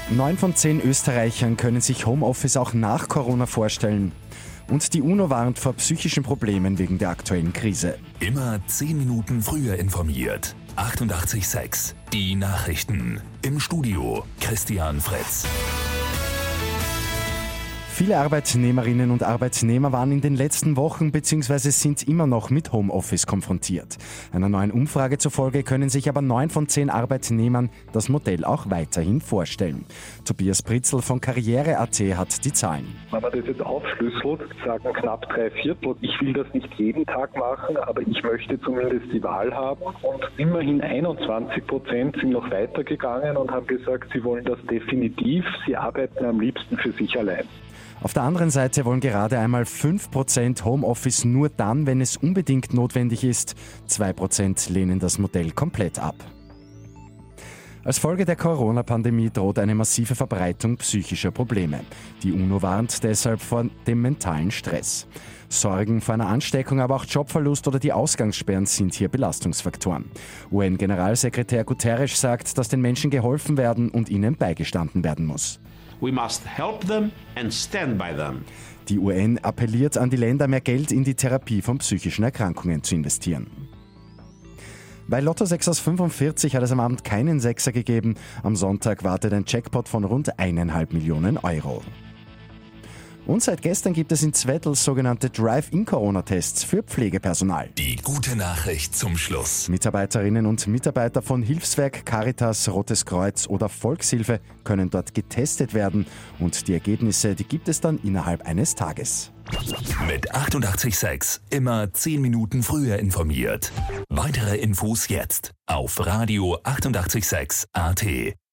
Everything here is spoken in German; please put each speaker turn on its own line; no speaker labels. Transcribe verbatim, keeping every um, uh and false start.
Neun von zehn Österreichern können sich Homeoffice auch nach Corona vorstellen. Und die UNO warnt vor psychischen Problemen wegen der aktuellen Krise.
Immer zehn Minuten früher informiert. achtundachtzig Komma sechs. Die Nachrichten. Im Studio Christian Fritz.
Viele Arbeitnehmerinnen und Arbeitnehmer waren in den letzten Wochen bzw. sind immer noch mit Homeoffice konfrontiert. Einer neuen Umfrage zufolge können sich aber neun von zehn Arbeitnehmern das Modell auch weiterhin vorstellen. Tobias Pritzl von Karriere Punkt at hat die Zahlen.
Wenn man das jetzt aufschlüsselt, sagen knapp drei Viertel, ich will das nicht jeden Tag machen, aber ich möchte zumindest die Wahl haben. Und immerhin einundzwanzig Prozent sind noch weitergegangen und haben gesagt, sie wollen das definitiv, sie arbeiten am liebsten für sich allein.
Auf der anderen Seite wollen gerade einmal fünf Prozent Homeoffice nur dann, wenn es unbedingt notwendig ist. zwei Prozent lehnen das Modell komplett ab. Als Folge der Corona-Pandemie droht eine massive Verbreitung psychischer Probleme. Die UNO warnt deshalb vor dem mentalen Stress. Sorgen vor einer Ansteckung, aber auch Jobverlust oder die Ausgangssperren sind hier Belastungsfaktoren. U N-Generalsekretär Guterres sagt, dass den Menschen geholfen werden und ihnen beigestanden werden muss.
We must help them and stand by them.
Die U N appelliert an die Länder, mehr Geld in die Therapie von psychischen Erkrankungen zu investieren. Bei Lotto sechs aus fünfundvierzig hat es am Abend keinen Sechser gegeben. Am Sonntag wartet ein Jackpot von rund eineinhalb Millionen Euro. Und seit gestern gibt es in Zwettl sogenannte Drive-in-Corona-Tests für Pflegepersonal.
Die gute Nachricht zum Schluss.
Mitarbeiterinnen und Mitarbeiter von Hilfswerk, Caritas, Rotes Kreuz oder Volkshilfe können dort getestet werden. Und die Ergebnisse, die gibt es dann innerhalb eines Tages.
Mit achtundachtzig Komma sechs immer zehn Minuten früher informiert. Weitere Infos jetzt auf Radio achtundachtzig Komma sechs A T.